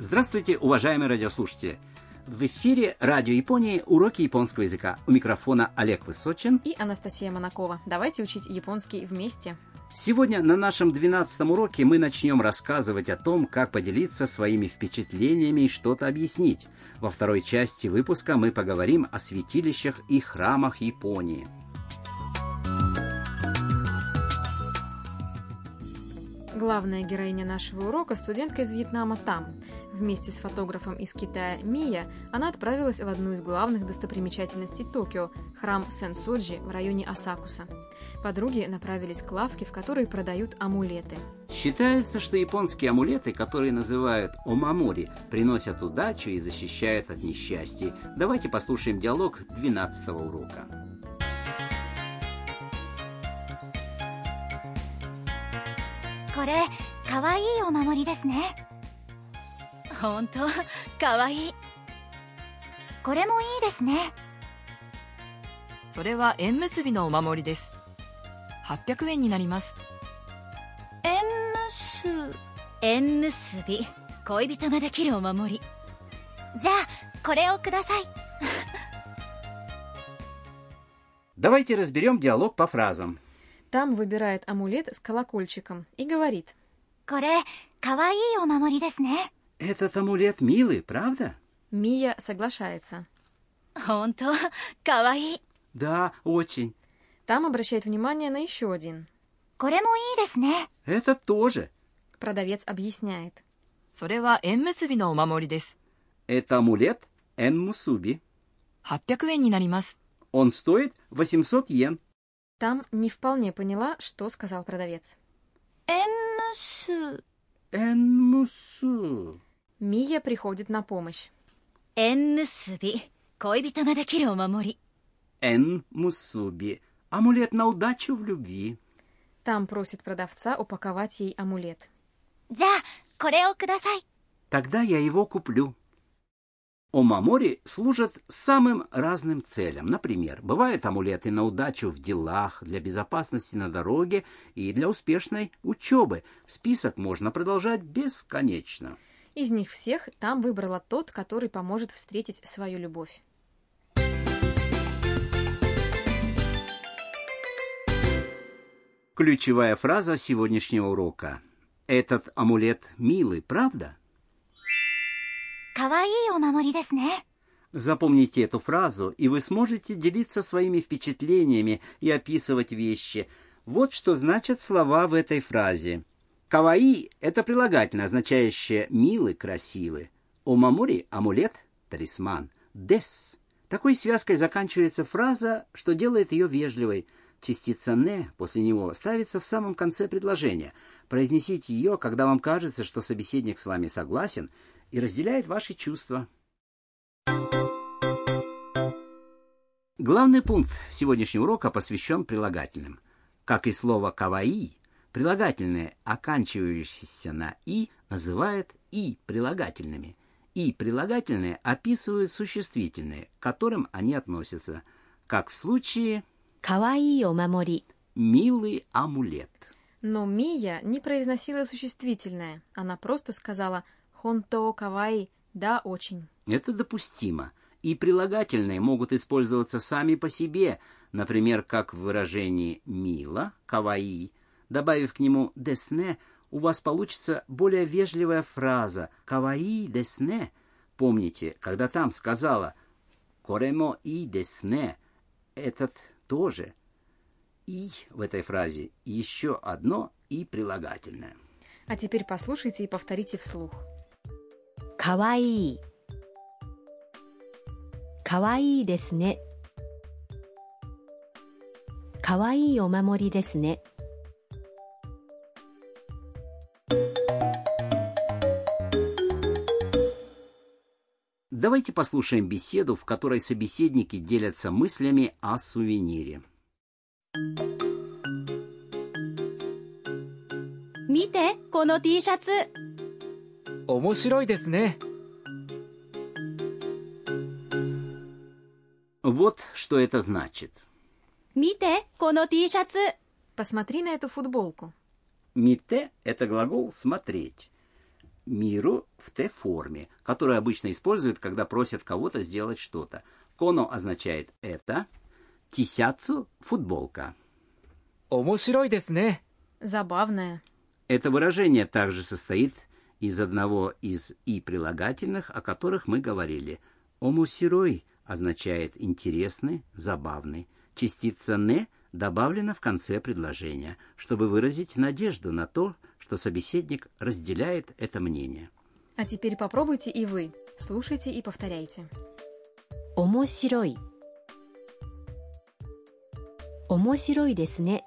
Здравствуйте, уважаемые радиослушатели! В эфире Радио Японии уроки японского языка. У микрофона Олег Высочин и Анастасия Монакова. Давайте учить японский вместе. Сегодня на нашем 12-м уроке мы начнем рассказывать о том, как поделиться своими впечатлениями и что-то объяснить. Во второй части выпуска мы поговорим о святилищах и храмах Японии. Главная героиня нашего урока – студентка из Вьетнама Там. Вместе с фотографом из Китая Мия она отправилась в одну из главных достопримечательностей Токио – храм Сенсоджи в районе Асакуса. Подруги направились к лавке, в которой продают амулеты. Считается, что японские амулеты, которые называют омамори, приносят удачу и защищают от несчастий. Давайте послушаем диалог 12-го урока. これかわいいお守りですね。ほんとかわいい。これもいいですね。 それは縁結びのお守りです。800円になります。 縁結び、恋人ができるお守り。じゃあこれをください。 Давайте разберем диалог по фразам. Там выбирает амулет с колокольчиком и говорит: これかわいいお守りですね。 Этот амулет милый, правда? Мия соглашается. ほんとかわいい。 Да, очень. Там обращает внимание на еще один. これもいいですね。 Это тоже. Продавец объясняет. それは縁結びのお守りです。 Это амулет энмусуби. 800円になります。 Он стоит 800 йен. Там не вполне поняла, что сказал продавец. Энмусу. Мия приходит на помощь. 縁結び、恋人ができるお守り。 Энмусуби. Амулет на удачу в любви. Там просит продавца упаковать ей амулет. じゃあこれをください。 Тогда я его куплю. Омамори служат самым разным целям. Например, бывают амулеты на удачу в делах, для безопасности на дороге и для успешной учебы. Список можно продолжать бесконечно. Из них всех там выбрала тот, который поможет встретить свою любовь. Ключевая фраза сегодняшнего урока. Этот амулет милый, правда? かわいいお守りですね。 Запомните эту фразу, и вы сможете делиться своими впечатлениями и описывать вещи. Вот что значат слова в этой фразе. Каваи – это прилагательное, означающее «милый», «красивый». Омамори – амулет, талисман. Дес. Такой связкой заканчивается фраза, что делает ее вежливой. Частица «не» после него ставится в самом конце предложения. Произнесите ее, когда вам кажется, что собеседник с вами согласен и разделяет ваши чувства. Главный пункт сегодняшнего урока посвящен прилагательным. Как и слово «каваи», прилагательные, оканчивающиеся на «и», называют «и» прилагательными. «И» прилагательные описывают существительные, к которым они относятся, как в случае かわいいお守り。 «милый амулет». Но Мия не произносила существительное. Она просто сказала «хонто каваи», да, очень. Это допустимо. И прилагательные могут использоваться сами по себе, например, как в выражении «мило», «каваи». Добавив к нему «десне», у вас получится более вежливая фраза «каваи десне». Помните, когда там сказала «коремо и десне», этот тоже. «И» в этой фразе еще одно «и» прилагательное. А теперь послушайте и повторите вслух. かわいい。かわいいですね。かわいいお守りですね。 Давайте послушаем беседу, в которой собеседники делятся мыслями о сувенире. 見て、この T シャツ。 面白いですね。 Вот что это значит. 見て、この T シャツ。 Посмотри на эту футболку. Мите – это глагол «смотреть». миру в Т-форме, которую обычно используют, когда просят кого-то сделать что-то. Коно означает «это», тисяцу – «футболка». 面白いですね。 Забавная. Это выражение также состоит из одного из «и» прилагательных, о которых мы говорили. «Омусирой» означает «интересный», «забавный». Частица «не» добавлена в конце предложения, чтобы выразить надежду на то, что собеседник разделяет это мнение. А теперь попробуйте и вы. Слушайте и повторяйте. 面白い。面白いですね。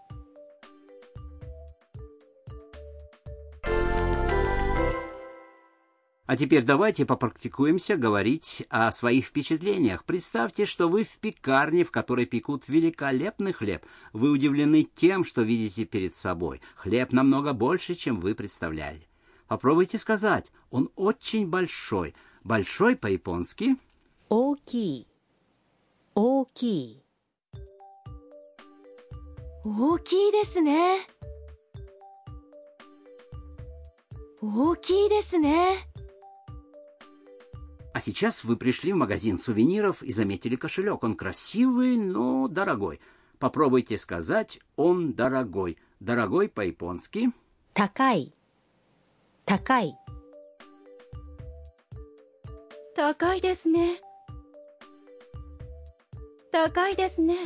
А теперь давайте попрактикуемся говорить о своих впечатлениях. Представьте, что вы в пекарне, в которой пекут великолепный хлеб. Вы удивлены тем, что видите перед собой. Хлеб намного больше, чем вы представляли. Попробуйте сказать, он очень большой. Большой по-японски? 大きい。大きい。大きいですね。大きいですね。 А сейчас вы пришли в магазин сувениров и заметили кошелек. Он красивый, но дорогой. Попробуйте сказать «он дорогой». Дорогой по-японски? 高い。高い。高いですね。高いですね。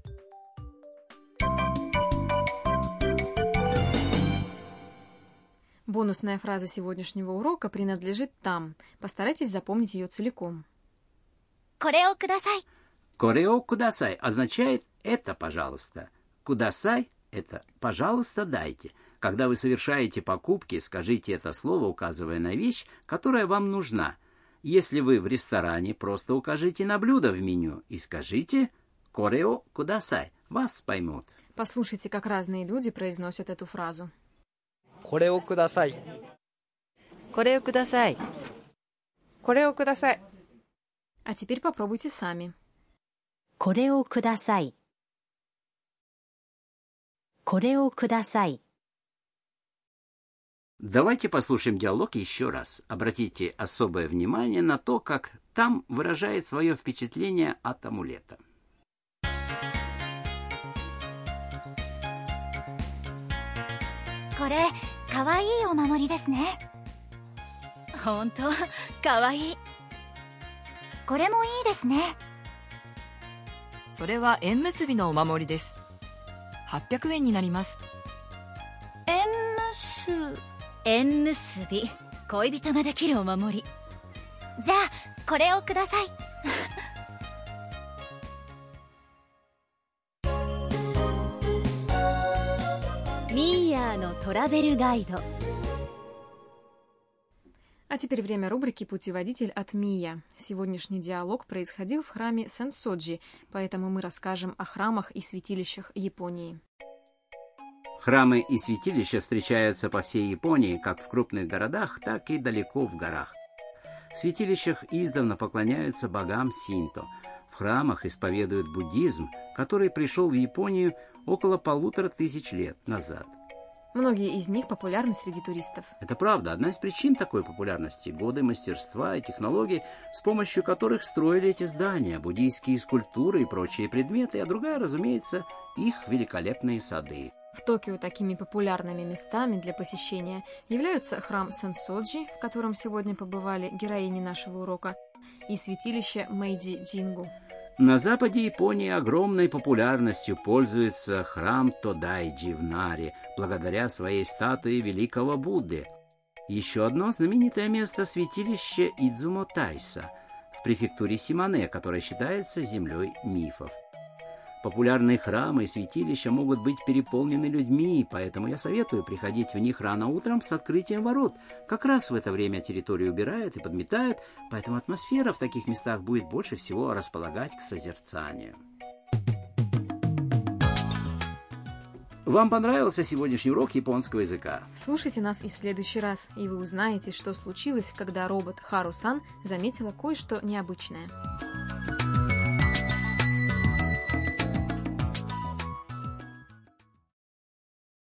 Бонусная фраза сегодняшнего урока принадлежит там. Постарайтесь запомнить ее целиком. これをください。 «Корео кудасай» означает «это, пожалуйста». «Кудасай» — это «пожалуйста, дайте». Когда вы совершаете покупки, скажите это слово, указывая на вещь, которая вам нужна. Если вы в ресторане, просто укажите на блюдо в меню и скажите «Корео кудасай». Вас поймут. Послушайте, как разные люди произносят эту фразу. これをください。 これをください。 これをください。 А теперь попробуйте сами. これをください。これをください。 Давайте послушаем диалог еще раз. Обратите особое внимание на то, как там выражает свое впечатление от амулета. これ、かわいいお守りですね。ほんと、かわいい。これもいいですね。 それは縁結びのお守りです。800円になります。 縁結び、恋人ができるお守り。じゃあ、これをください。ミーヤーのトラベルガイド。 А теперь время рубрики «Путеводитель от Мия». Сегодняшний диалог происходил в храме Сенсоджи, поэтому мы расскажем о храмах и святилищах Японии. Храмы и святилища встречаются по всей Японии, как в крупных городах, так и далеко в горах. В святилищах издавна поклоняются богам синто. В храмах исповедуют буддизм, который пришел в Японию около 1500 лет назад. Многие из них популярны среди туристов. Это правда. Одна из причин такой популярности – годы мастерства и технологий, с помощью которых строили эти здания, буддийские скульптуры и прочие предметы, а другая, разумеется, их великолепные сады. В Токио такими популярными местами для посещения являются храм Сенсоджи, в котором сегодня побывали героини нашего урока, и святилище Мэйдзи-Джингу. На западе Японии огромной популярностью пользуется храм Тодайджи в Наре, благодаря своей статуе великого Будды. Еще одно знаменитое место – святилище Идзумо-Тайса в префектуре Симане, которое считается землей мифов. Популярные храмы и святилища могут быть переполнены людьми, поэтому я советую приходить в них рано утром с открытием ворот. Как раз в это время территорию убирают и подметают, поэтому атмосфера в таких местах будет больше всего располагать к созерцанию. Вам понравился сегодняшний урок японского языка? Слушайте нас и в следующий раз, и вы узнаете, что случилось, когда робот Хару-сан заметила кое-что необычное.